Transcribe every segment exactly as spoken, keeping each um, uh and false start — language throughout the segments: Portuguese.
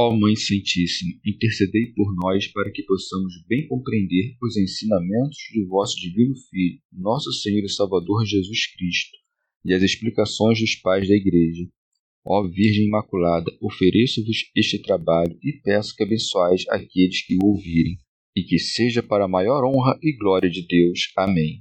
Ó Mãe Santíssima, intercedei por nós para que possamos bem compreender os ensinamentos de vosso Divino Filho, nosso Senhor e Salvador Jesus Cristo, e as explicações dos pais da Igreja. Ó Virgem Imaculada, ofereço-vos este trabalho e peço que abençoeis aqueles que o ouvirem, e que seja para a maior honra e glória de Deus. Amém.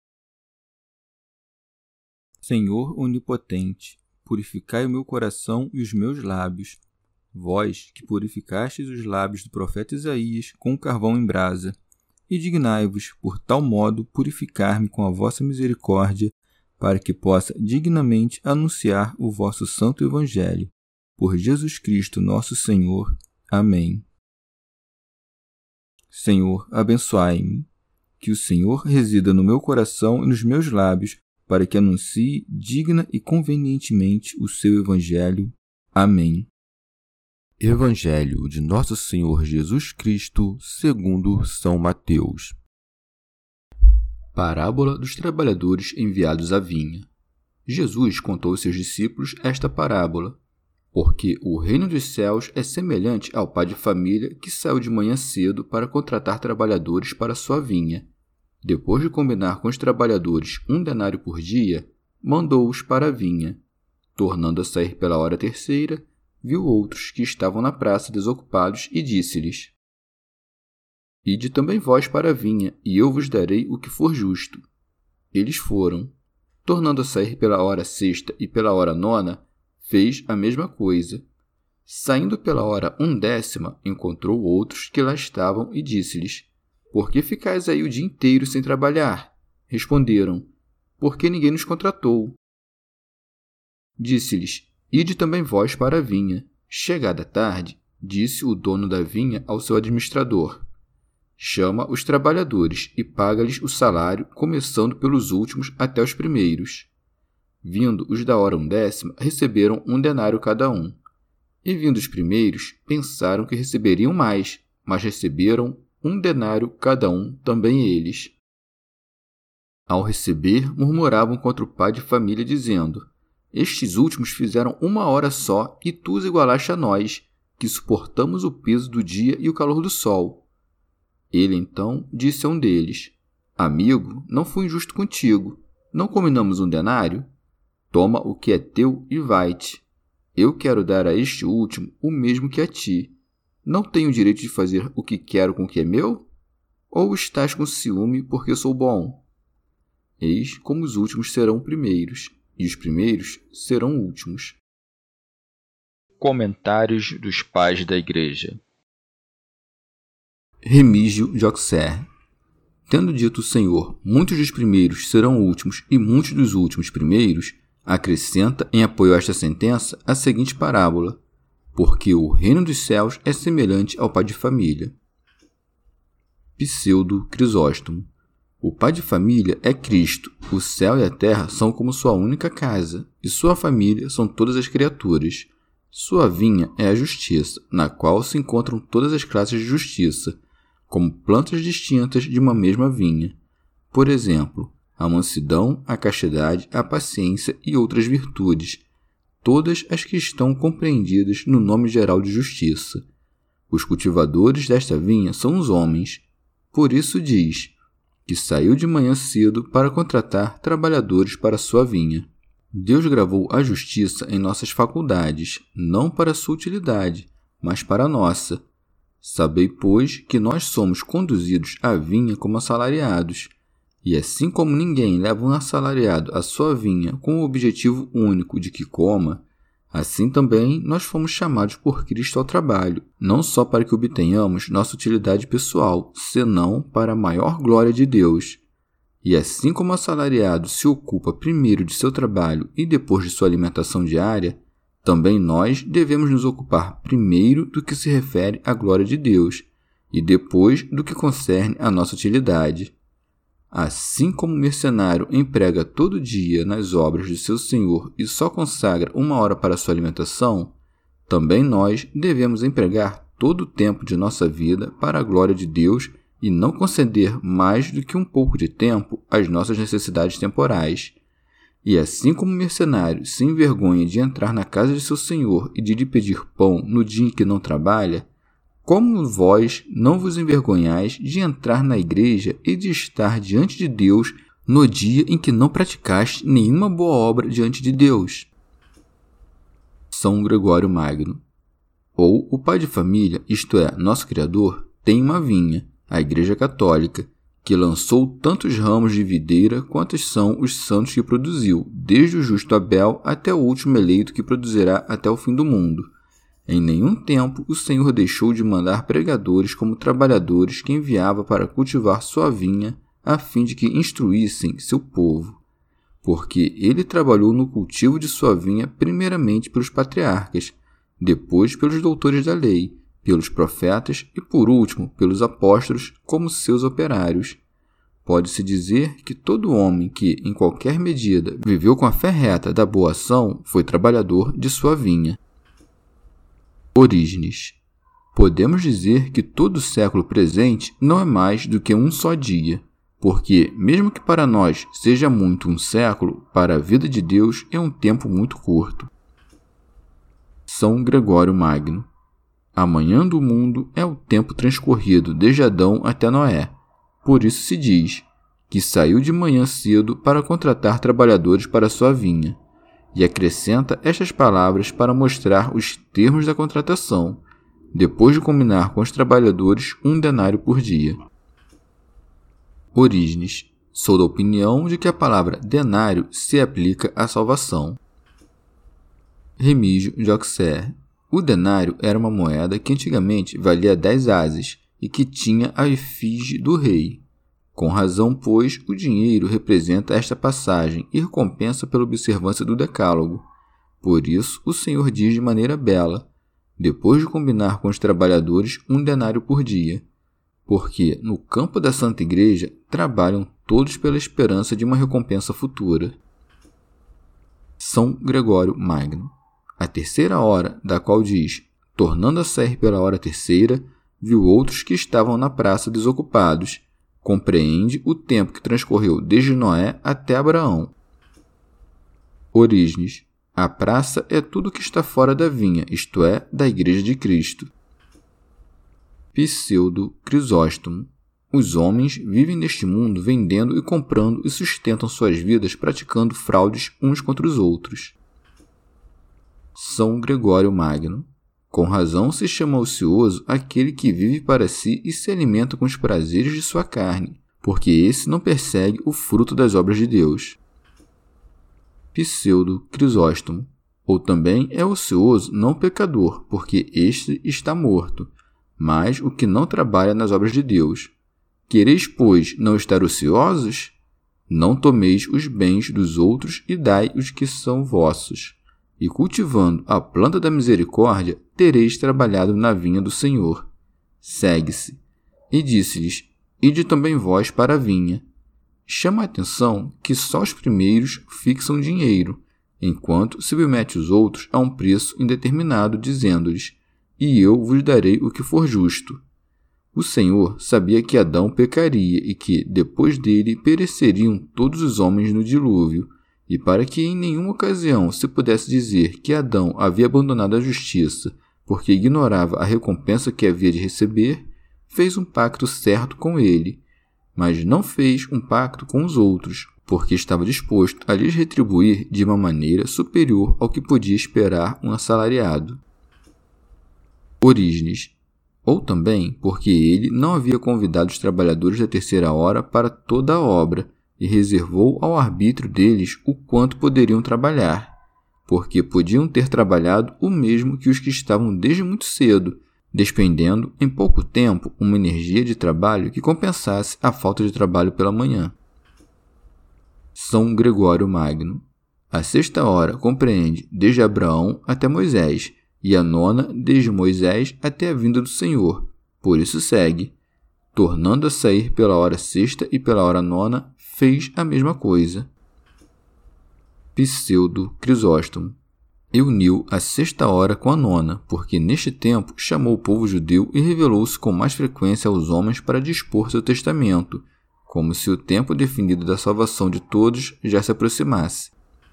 Senhor onipotente, purificai o meu coração e os meus lábios. Vós, que purificastes os lábios do profeta Isaías com carvão em brasa, e dignai-vos, por tal modo, purificar-me com a vossa misericórdia, para que possa dignamente anunciar o vosso santo Evangelho. Por Jesus Cristo nosso Senhor. Amém. Senhor, abençoai-me. Que o Senhor resida no meu coração e nos meus lábios, para que anuncie digna e convenientemente o seu Evangelho. Amém. Evangelho de Nosso Senhor Jesus Cristo, segundo São Mateus. Parábola dos trabalhadores enviados à vinha. Jesus contou aos seus discípulos esta parábola, porque o reino dos céus é semelhante ao pai de família que saiu de manhã cedo para contratar trabalhadores para sua vinha. Depois de combinar com os trabalhadores um denário por dia, mandou-os para a vinha. Tornando a sair pela hora terceira, viu outros que estavam na praça desocupados e disse-lhes: Ide também vós para a vinha, e eu vos darei o que for justo. Eles foram. Tornando a sair pela hora sexta e pela hora nona, fez a mesma coisa. Saindo pela hora undécima, encontrou outros que lá estavam e disse-lhes: Por que ficais aí o dia inteiro sem trabalhar? Responderam: Porque ninguém nos contratou. Disse-lhes: Ide também vós para a vinha. Chegada a tarde, disse o dono da vinha ao seu administrador: Chama os trabalhadores e paga-lhes o salário, começando pelos últimos até os primeiros. Vindo os da hora undécima, receberam um denário cada um. E vindo os primeiros, pensaram que receberiam mais, mas receberam um denário cada um, também eles. Ao receber, murmuravam contra o pai de família, dizendo: Estes últimos fizeram uma hora só, e tu os igualaste a nós, que suportamos o peso do dia e o calor do sol. Ele então disse a um deles: Amigo, não fui injusto contigo. Não combinamos um denário? Toma o que é teu e vai-te. Eu quero dar a este último o mesmo que a ti. Não tenho o direito de fazer o que quero com o que é meu? Ou estás com ciúme porque sou bom? Eis como os últimos serão primeiros, e os primeiros serão últimos. Comentários dos Pais da Igreja. Remígio de Auxerre. Tendo dito o Senhor: muitos dos primeiros serão últimos e muitos dos últimos primeiros, acrescenta, em apoio a esta sentença, a seguinte parábola: porque o reino dos céus é semelhante ao pai de família. Pseudo Crisóstomo. O pai de família é Cristo. O céu e a terra são como sua única casa, e sua família são todas as criaturas. Sua vinha é a justiça, na qual se encontram todas as classes de justiça, como plantas distintas de uma mesma vinha. Por exemplo, a mansidão, a castidade, a paciência e outras virtudes, todas as que estão compreendidas no nome geral de justiça. Os cultivadores desta vinha são os homens. Por isso diz que saiu de manhã cedo para contratar trabalhadores para sua vinha. Deus gravou a justiça em nossas faculdades, não para sua utilidade, mas para a nossa. Sabei, pois, que nós somos conduzidos à vinha como assalariados, e assim como ninguém leva um assalariado à sua vinha com o objetivo único de que coma, assim também nós fomos chamados por Cristo ao trabalho, não só para que obtenhamos nossa utilidade pessoal, senão para a maior glória de Deus. E assim como o assalariado se ocupa primeiro de seu trabalho e depois de sua alimentação diária, também nós devemos nos ocupar primeiro do que se refere à glória de Deus e depois do que concerne à nossa utilidade. Assim como o mercenário emprega todo dia nas obras de seu senhor e só consagra uma hora para sua alimentação, também nós devemos empregar todo o tempo de nossa vida para a glória de Deus e não conceder mais do que um pouco de tempo às nossas necessidades temporais. E assim como o mercenário se envergonha de entrar na casa de seu senhor e de lhe pedir pão no dia em que não trabalha, como vós não vos envergonhais de entrar na igreja e de estar diante de Deus no dia em que não praticaste nenhuma boa obra diante de Deus? São Gregório Magno. Ou o pai de família, isto é, nosso Criador, tem uma vinha, a Igreja Católica, que lançou tantos ramos de videira quantos são os santos que produziu, desde o justo Abel até o último eleito que produzirá até o fim do mundo. Em nenhum tempo o Senhor deixou de mandar pregadores como trabalhadores que enviava para cultivar sua vinha, a fim de que instruíssem seu povo. Porque ele trabalhou no cultivo de sua vinha primeiramente pelos patriarcas, depois pelos doutores da lei, pelos profetas e, por último, pelos apóstolos como seus operários. Pode-se dizer que todo homem que, em qualquer medida, viveu com a fé reta da boa ação foi trabalhador de sua vinha. Orígenes. Podemos dizer que todo o século presente não é mais do que um só dia, porque, mesmo que para nós seja muito um século, para a vida de Deus é um tempo muito curto. São Gregório Magno. A manhã do mundo é o tempo transcorrido desde Adão até Noé. Por isso se diz que saiu de manhã cedo para contratar trabalhadores para sua vinha, e acrescenta estas palavras para mostrar os termos da contratação, depois de combinar com os trabalhadores um denário por dia. Orígenes. Sou da opinião de que a palavra denário se aplica à salvação. Remígio de Auxerre. O denário era uma moeda que antigamente valia dez ases e que tinha a efígie do rei. Com razão, pois, o dinheiro representa esta passagem e recompensa pela observância do decálogo. Por isso, o Senhor diz de maneira bela, depois de combinar com os trabalhadores um denário por dia, porque no campo da Santa Igreja trabalham todos pela esperança de uma recompensa futura. São Gregório Magno. A terceira hora, da qual diz, tornando a sair pela hora terceira, viu outros que estavam na praça desocupados. Compreende o tempo que transcorreu desde Noé até Abraão. Orígenes. A praça é tudo que está fora da vinha, isto é, da Igreja de Cristo. Pseudo Crisóstomo. Os homens vivem neste mundo vendendo e comprando e sustentam suas vidas praticando fraudes uns contra os outros. São Gregório Magno. Com razão se chama ocioso aquele que vive para si e se alimenta com os prazeres de sua carne, porque esse não persegue o fruto das obras de Deus. Pseudo Crisóstomo. Ou também é ocioso não pecador, porque este está morto, mas o que não trabalha nas obras de Deus. Quereis, pois, não estar ociosos? Não tomeis os bens dos outros e dai os que são vossos. E cultivando a planta da misericórdia, tereis trabalhado na vinha do Senhor. Segue-se. E disse-lhes, ide também vós para a vinha. Chama a atenção que só os primeiros fixam dinheiro, enquanto submete os outros a um preço indeterminado, dizendo-lhes, e eu vos darei o que for justo. O Senhor sabia que Adão pecaria e que, depois dele, pereceriam todos os homens no dilúvio, e para que em nenhuma ocasião se pudesse dizer que Adão havia abandonado a justiça porque ignorava a recompensa que havia de receber, fez um pacto certo com ele, mas não fez um pacto com os outros, porque estava disposto a lhes retribuir de uma maneira superior ao que podia esperar um assalariado. Orígenes. Ou também porque ele não havia convidado os trabalhadores da terceira hora para toda a obra, e reservou ao arbítrio deles o quanto poderiam trabalhar, porque podiam ter trabalhado o mesmo que os que estavam desde muito cedo, despendendo em pouco tempo uma energia de trabalho que compensasse a falta de trabalho pela manhã. São Gregório Magno. A sexta hora compreende desde Abraão até Moisés, e a nona desde Moisés até a vinda do Senhor. Por isso segue, tornando a sair pela hora sexta e pela hora nona, fez a mesma coisa. Pseudo Crisóstomo. E uniu a sexta hora com a nona, porque neste tempo chamou o povo judeu e revelou-se com mais frequência aos homens para dispor seu testamento, como se o tempo definido da salvação de todos já se aproximasse.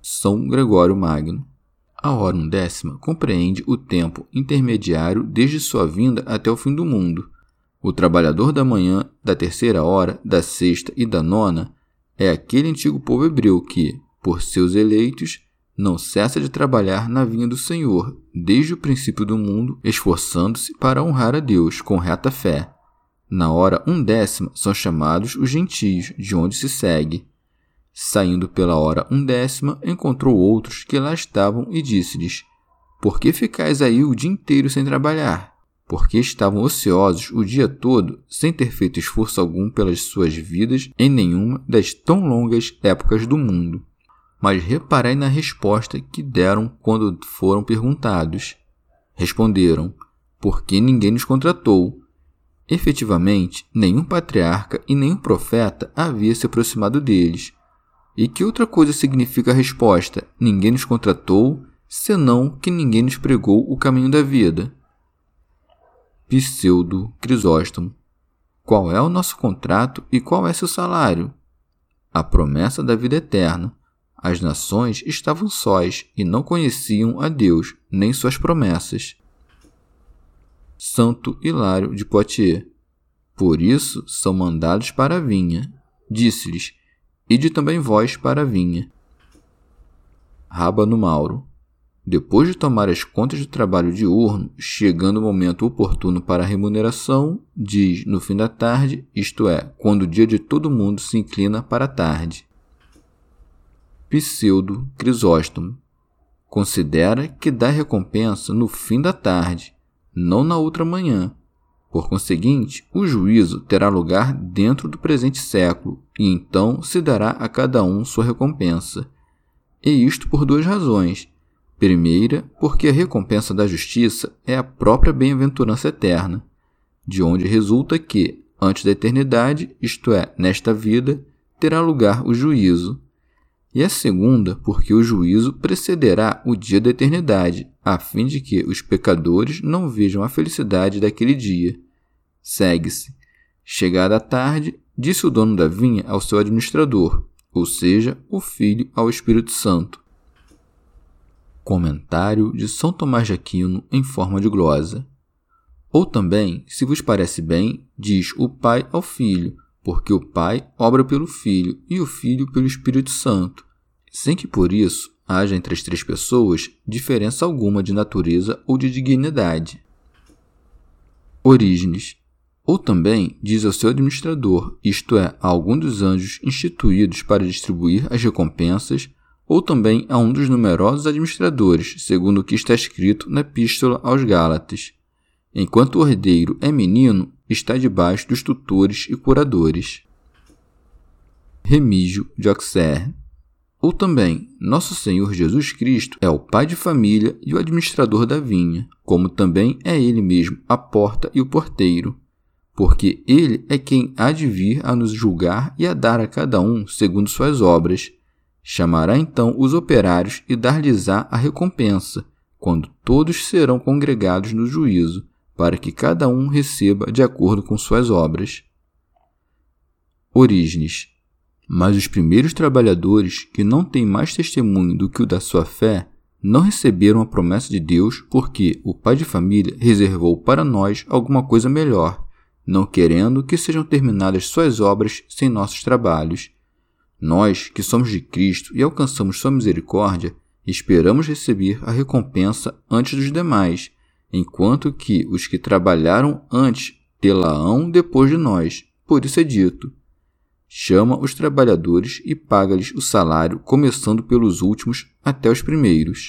São Gregório Magno. A hora undécima compreende o tempo intermediário desde sua vinda até o fim do mundo. O trabalhador da manhã, da terceira hora, da sexta e da nona é aquele antigo povo hebreu que, por seus eleitos, não cessa de trabalhar na vinha do Senhor, desde o princípio do mundo, esforçando-se para honrar a Deus com reta fé. Na hora undécima são chamados os gentios, de onde se segue. Saindo pela hora undécima, encontrou outros que lá estavam e disse-lhes: Por que ficais aí o dia inteiro sem trabalhar? Porque estavam ociosos o dia todo, sem ter feito esforço algum pelas suas vidas em nenhuma das tão longas épocas do mundo. Mas reparai na resposta que deram quando foram perguntados. Responderam: Porque ninguém nos contratou. Efetivamente, nenhum patriarca e nenhum profeta havia se aproximado deles. E que outra coisa significa a resposta: ninguém nos contratou, senão que ninguém nos pregou o caminho da vida? Pseudo Crisóstomo. Qual é o nosso contrato e qual é seu salário? A promessa da vida eterna. As nações estavam sós e não conheciam a Deus, nem suas promessas. Santo Hilário de Poitiers. Por isso são mandados para a vinha. Disse-lhes: Ide também vós para a vinha. Rábano Mauro. Depois de tomar as contas do trabalho diurno, chegando o momento oportuno para a remuneração, diz no fim da tarde, isto é, quando o dia de todo mundo se inclina para a tarde. Pseudo Crisóstomo. Considera que dá recompensa no fim da tarde, não na outra manhã. Por conseguinte, o juízo terá lugar dentro do presente século, e então se dará a cada um sua recompensa. E isto por duas razões. Primeira, porque a recompensa da justiça é a própria bem-aventurança eterna, de onde resulta que, antes da eternidade, isto é, nesta vida, terá lugar o juízo. E a segunda, porque o juízo precederá o dia da eternidade, a fim de que os pecadores não vejam a felicidade daquele dia. Segue-se. Chegada a tarde, disse o dono da vinha ao seu administrador, ou seja, o Filho ao Espírito Santo. Comentário de São Tomás de Aquino em forma de glosa. Ou também, se vos parece bem, diz o Pai ao Filho, porque o Pai obra pelo Filho e o Filho pelo Espírito Santo, sem que por isso haja entre as três pessoas diferença alguma de natureza ou de dignidade. Orígenes. Ou também diz ao seu administrador, isto é, a algum dos anjos instituídos para distribuir as recompensas, ou também a um dos numerosos administradores, segundo o que está escrito na Epístola aos Gálatas. Enquanto o herdeiro é menino, está debaixo dos tutores e curadores. Remígio de Auxerre. Ou também, nosso Senhor Jesus Cristo é o pai de família e o administrador da vinha, como também é ele mesmo a porta e o porteiro, porque ele é quem há de vir a nos julgar e a dar a cada um segundo suas obras. Chamará então os operários e dar-lhes-á a recompensa, quando todos serão congregados no juízo, para que cada um receba de acordo com suas obras. Orígenes. Mas os primeiros trabalhadores, que não têm mais testemunho do que o da sua fé, não receberam a promessa de Deus, porque o pai de família reservou para nós alguma coisa melhor, não querendo que sejam terminadas suas obras sem nossos trabalhos. Nós, que somos de Cristo e alcançamos sua misericórdia, esperamos receber a recompensa antes dos demais, enquanto que os que trabalharam antes tê-la-ão depois de nós. Por isso é dito: chama os trabalhadores e paga-lhes o salário, começando pelos últimos até os primeiros.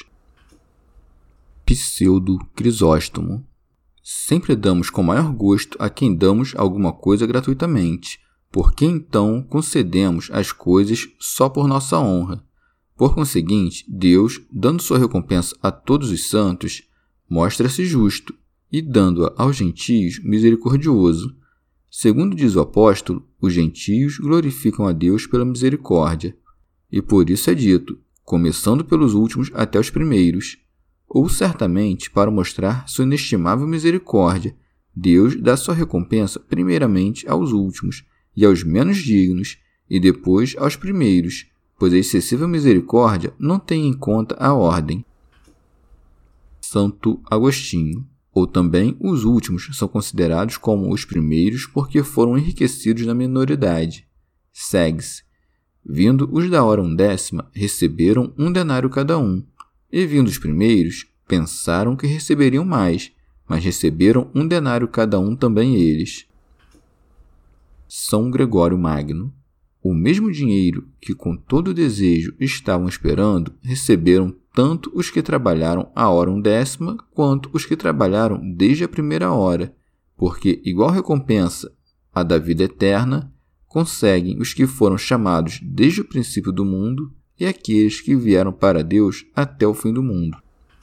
Pseudo Crisóstomo. Sempre damos com maior gosto a quem damos alguma coisa gratuitamente, porque então concedemos as coisas só por nossa honra. Por conseguinte, Deus, dando sua recompensa a todos os santos, mostra-se justo, e dando-a aos gentios misericordioso. Segundo diz o apóstolo, os gentios glorificam a Deus pela misericórdia, e por isso é dito, começando pelos últimos até os primeiros. Ou certamente, para mostrar sua inestimável misericórdia, Deus dá sua recompensa primeiramente aos últimos, e aos menos dignos, e depois aos primeiros, pois a excessiva misericórdia não tem em conta a ordem. Santo Agostinho. Ou também os últimos são considerados como os primeiros porque foram enriquecidos na minoridade. Segue-se. Vindo os da hora undécima, receberam um denário cada um, e vindo os primeiros, pensaram que receberiam mais, mas receberam um denário cada um também eles. São Gregório Magno. O mesmo dinheiro que com todo desejo estavam esperando, receberam tanto os que trabalharam a hora undécima, quanto os que trabalharam desde a primeira hora, porque igual recompensa a da vida eterna, conseguem os que foram chamados desde o princípio do mundo e aqueles que vieram para Deus até o fim do mundo.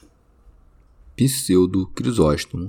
Pseudo Crisóstomo.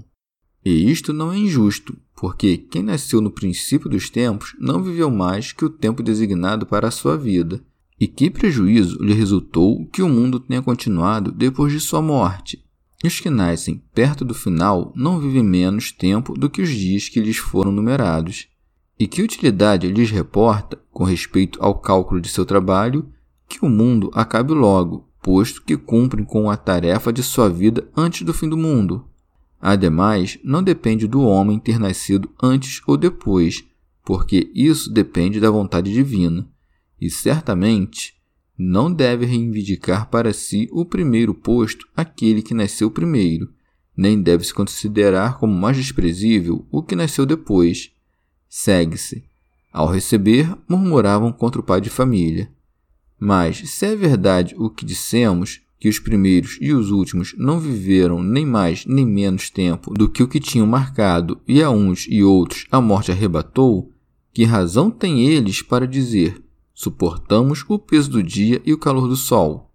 E isto não é injusto, porque quem nasceu no princípio dos tempos não viveu mais que o tempo designado para a sua vida. E que prejuízo lhe resultou que o mundo tenha continuado depois de sua morte? E os que nascem perto do final não vivem menos tempo do que os dias que lhes foram numerados. E que utilidade lhes reporta, com respeito ao cálculo de seu trabalho, que o mundo acabe logo, posto que cumprem com a tarefa de sua vida antes do fim do mundo? Ademais, não depende do homem ter nascido antes ou depois, porque isso depende da vontade divina. E certamente não deve reivindicar para si o primeiro posto aquele que nasceu primeiro, nem deve se considerar como mais desprezível o que nasceu depois. Segue-se. Ao receber, murmuravam contra o pai de família. Mas, se é verdade o que dissemos, que os primeiros e os últimos não viveram nem mais nem menos tempo do que o que tinham marcado, e a uns e outros a morte arrebatou, que razão têm eles para dizer: suportamos o peso do dia e o calor do sol?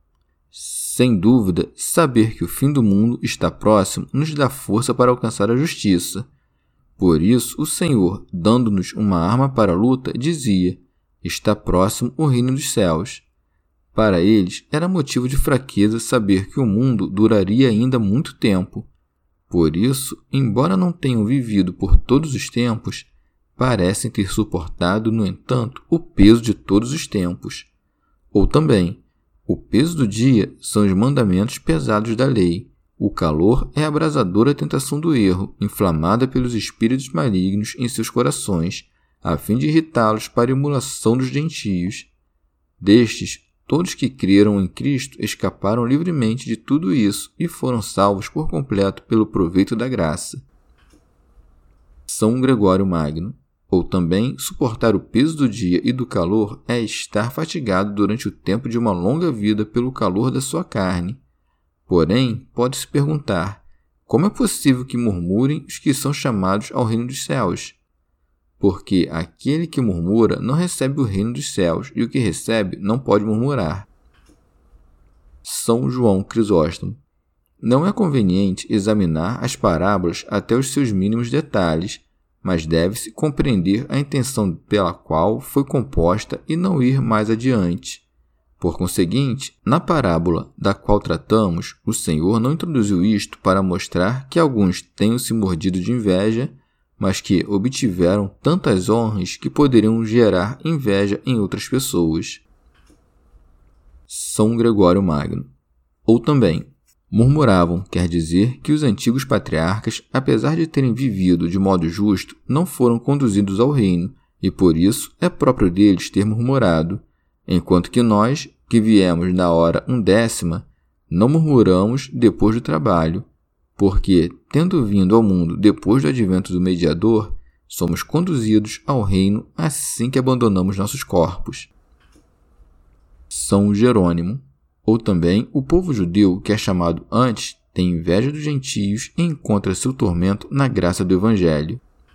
Sem dúvida, saber que o fim do mundo está próximo nos dá força para alcançar a justiça. Por isso, o Senhor, dando-nos uma arma para a luta, dizia: está próximo o reino dos céus. Para eles, era motivo de fraqueza saber que o mundo duraria ainda muito tempo. Por isso, embora não tenham vivido por todos os tempos, parecem ter suportado, no entanto, o peso de todos os tempos. Ou também, o peso do dia são os mandamentos pesados da lei. O calor é a abrasadora tentação do erro, inflamada pelos espíritos malignos em seus corações, a fim de irritá-los para a emulação dos gentios. Destes, todos que creram em Cristo escaparam livremente de tudo isso e foram salvos por completo pelo proveito da graça. São Gregório Magno. Ou também, suportar o peso do dia e do calor é estar fatigado durante o tempo de uma longa vida pelo calor da sua carne. Porém, pode-se perguntar, como é possível que murmurem os que são chamados ao reino dos céus? Porque aquele que murmura não recebe o reino dos céus, e o que recebe não pode murmurar. São João Crisóstomo. Não é conveniente examinar as parábolas até os seus mínimos detalhes, mas deve-se compreender a intenção pela qual foi composta e não ir mais adiante. Por conseguinte, na parábola da qual tratamos, o Senhor não introduziu isto para mostrar que alguns tenham se mordido de inveja, mas que obtiveram tantas honras que poderiam gerar inveja em outras pessoas. São Gregório Magno. Ou também, murmuravam quer dizer que os antigos patriarcas, apesar de terem vivido de modo justo, não foram conduzidos ao reino, e por isso é próprio deles ter murmurado, enquanto que nós, que viemos na hora undécima, não murmuramos depois do trabalho, porque, tendo vindo ao mundo depois do advento do mediador, somos conduzidos ao reino assim que abandonamos nossos corpos. São Jerônimo. Ou também, o povo judeu, que é chamado antes, tem inveja dos gentios e encontra seu tormento na graça do Evangelho.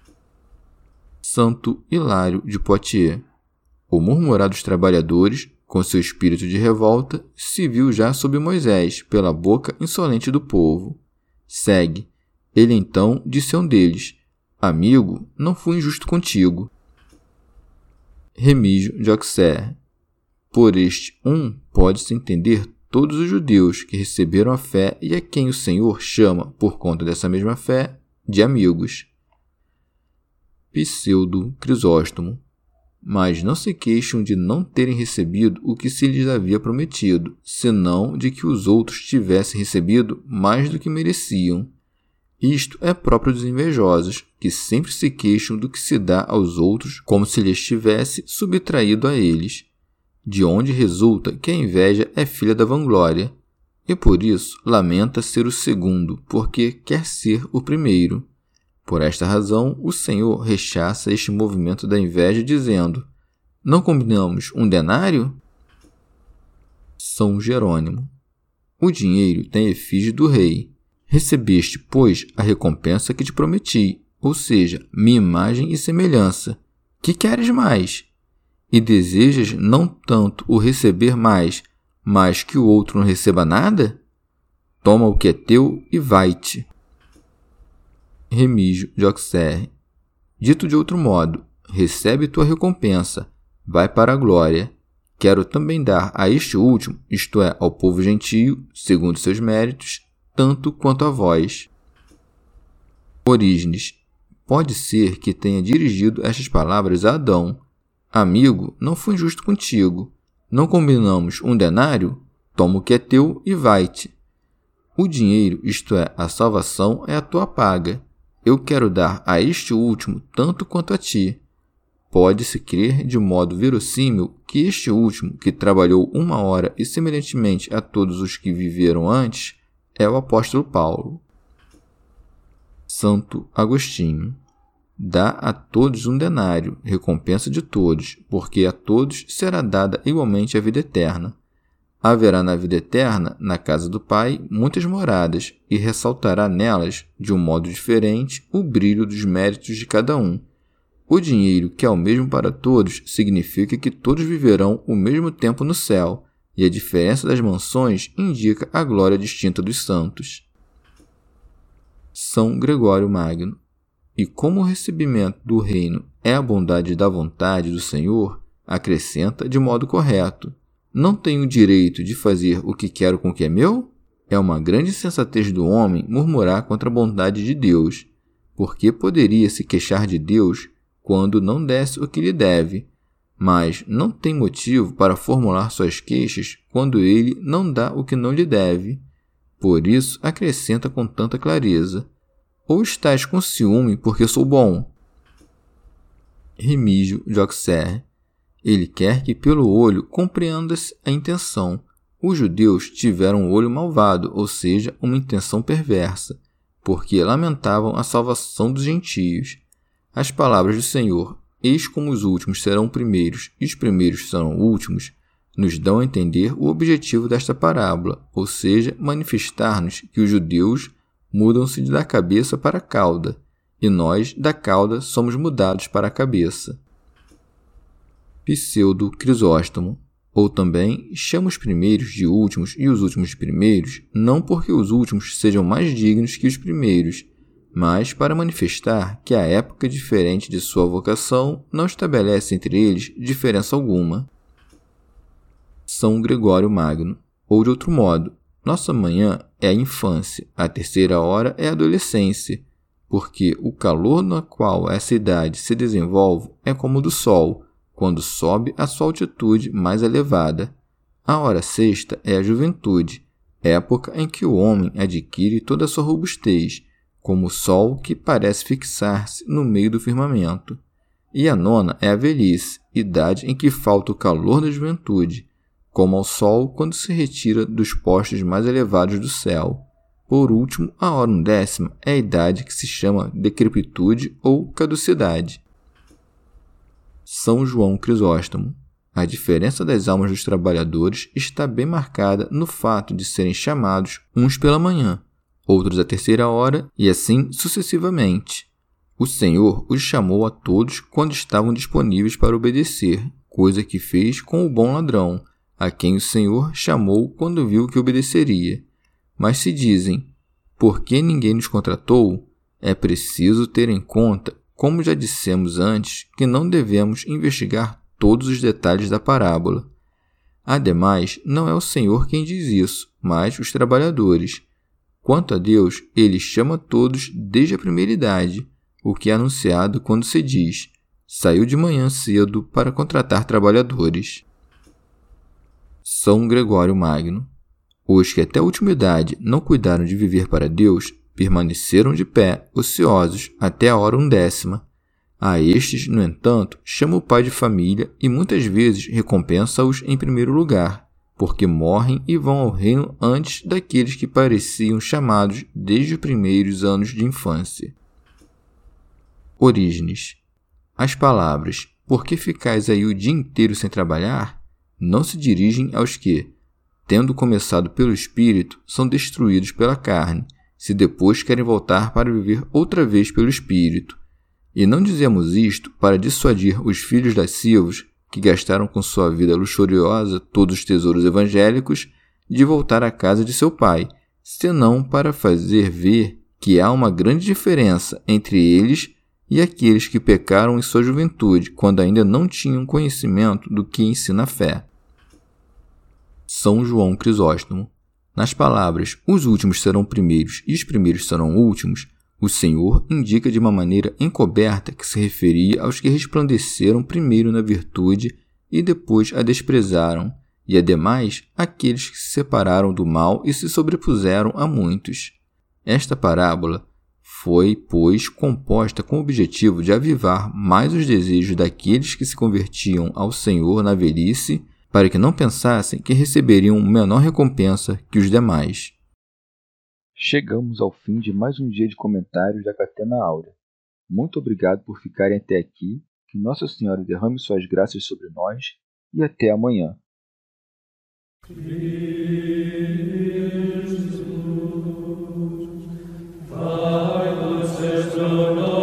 Santo Hilário de Poitiers. O murmurar dos trabalhadores, com seu espírito de revolta, se viu já sob Moisés, pela boca insolente do povo. Segue. Ele então disse a um deles: amigo, não fui injusto contigo. Remígio de Auxerre. Por este um pode-se entender todos os judeus que receberam a fé e a quem o Senhor chama, por conta dessa mesma fé, de amigos. Pseudo Crisóstomo. mas não se queixam de não terem recebido o que se lhes havia prometido, senão de que os outros tivessem recebido mais do que mereciam. Isto é próprio dos invejosos, que sempre se queixam do que se dá aos outros como se lhes tivesse subtraído a eles, de onde resulta que a inveja é filha da vanglória, e por isso lamenta ser o segundo, porque quer ser o primeiro. Por esta razão, o Senhor rechaça este movimento da inveja, dizendo: não combinamos um denário? São Jerônimo. O dinheiro tem efígie do rei. Recebeste, pois, a recompensa que te prometi, ou seja, minha imagem e semelhança. Que queres mais? E desejas não tanto o receber mais, mas que o outro não receba nada? Toma o que é teu e vai-te. Remígio de Auxerre. Dito de outro modo, recebe tua recompensa, vai para a glória. Quero também dar a este último, isto é, ao povo gentio, segundo seus méritos, tanto quanto a vós. Orígenes. Pode ser que tenha dirigido estas palavras a Adão. Amigo, não fui injusto contigo. Não combinamos um denário? Toma o que é teu e vai-te. O dinheiro, isto é, a salvação, é a tua paga. Eu quero dar a este último tanto quanto a ti. Pode-se crer de modo verossímil que este último, que trabalhou uma hora e semelhantemente a todos os que viveram antes, é o apóstolo Paulo. Santo Agostinho. Dá a todos um denário, recompensa de todos, porque a todos será dada igualmente a vida eterna. Haverá na vida eterna, na casa do Pai, muitas moradas, e ressaltará nelas, de um modo diferente, o brilho dos méritos de cada um. O dinheiro, que é o mesmo para todos, significa que todos viverão o mesmo tempo no céu, e a diferença das mansões indica a glória distinta dos santos. São Gregório Magno. E como o recebimento do reino é a bondade da vontade do Senhor, acrescenta de modo correto: não tenho o direito de fazer o que quero com o que é meu? É uma grande insensatez do homem murmurar contra a bondade de Deus, porque poderia se queixar de Deus quando não desse o que lhe deve, mas não tem motivo para formular suas queixas quando ele não dá o que não lhe deve. Por isso acrescenta com tanta clareza: ou estás com ciúme porque sou bom? Remígio de Auxerre. Ele quer que pelo olho compreendas a intenção. Os judeus tiveram um olho malvado, ou seja, uma intenção perversa, porque lamentavam a salvação dos gentios. As palavras do Senhor, eis como os últimos serão primeiros e os primeiros serão últimos, nos dão a entender o objetivo desta parábola, ou seja, manifestar-nos que os judeus mudam-se da cabeça para a cauda, e nós, da cauda, somos mudados para a cabeça. Pseudo Crisóstomo. Ou também, chama os primeiros de últimos e os últimos de primeiros, não porque os últimos sejam mais dignos que os primeiros, mas para manifestar que a época diferente de sua vocação não estabelece entre eles diferença alguma. São Gregório Magno. Ou de outro modo, nossa manhã é a infância, a terceira hora é a adolescência, porque o calor no qual essa idade se desenvolve é como o do sol, quando sobe a sua altitude mais elevada. A hora sexta é a juventude, época em que o homem adquire toda a sua robustez, como o sol que parece fixar-se no meio do firmamento. E a nona é a velhice, idade em que falta o calor da juventude, como ao sol quando se retira dos postos mais elevados do céu. Por último, a hora undécima é a idade que se chama decrepitude ou caducidade. São João Crisóstomo. A diferença das almas dos trabalhadores está bem marcada no fato de serem chamados uns pela manhã, outros à terceira hora e assim sucessivamente. O Senhor os chamou a todos quando estavam disponíveis para obedecer, coisa que fez com o bom ladrão, a quem o Senhor chamou quando viu que obedeceria. Mas se dizem: por que ninguém nos contratou? É preciso ter em conta, como já dissemos antes, que não devemos investigar todos os detalhes da parábola. Ademais, não é o Senhor quem diz isso, mas os trabalhadores. Quanto a Deus, ele chama todos desde a primeira idade, o que é anunciado quando se diz: saiu de manhã cedo para contratar trabalhadores. São Gregório Magno. Os que até a última idade não cuidaram de viver para Deus, permaneceram de pé, ociosos, até a hora undécima. A estes, no entanto, chama o pai de família e muitas vezes recompensa-os em primeiro lugar, porque morrem e vão ao reino antes daqueles que pareciam chamados desde os primeiros anos de infância. Orígenes. As palavras "por que ficais aí o dia inteiro sem trabalhar?" não se dirigem aos que, tendo começado pelo espírito, são destruídos pela carne, se depois querem voltar para viver outra vez pelo espírito. E não dizemos isto para dissuadir os filhos lascivos, que gastaram com sua vida luxuriosa todos os tesouros evangélicos, de voltar à casa de seu pai, senão para fazer ver que há uma grande diferença entre eles e aqueles que pecaram em sua juventude, quando ainda não tinham conhecimento do que ensina a fé. São João Crisóstomo. Nas palavras "os últimos serão primeiros e os primeiros serão últimos", o Senhor indica de uma maneira encoberta que se referia aos que resplandeceram primeiro na virtude e depois a desprezaram, e ademais aqueles que se separaram do mal e se sobrepuseram a muitos. Esta parábola foi, pois, composta com o objetivo de avivar mais os desejos daqueles que se convertiam ao Senhor na velhice, para que não pensassem que receberiam menor recompensa que os demais. Chegamos ao fim de mais um dia de comentários da Catena Áurea. Muito obrigado por ficarem até aqui, que Nossa Senhora derrame suas graças sobre nós e até amanhã. Jesus,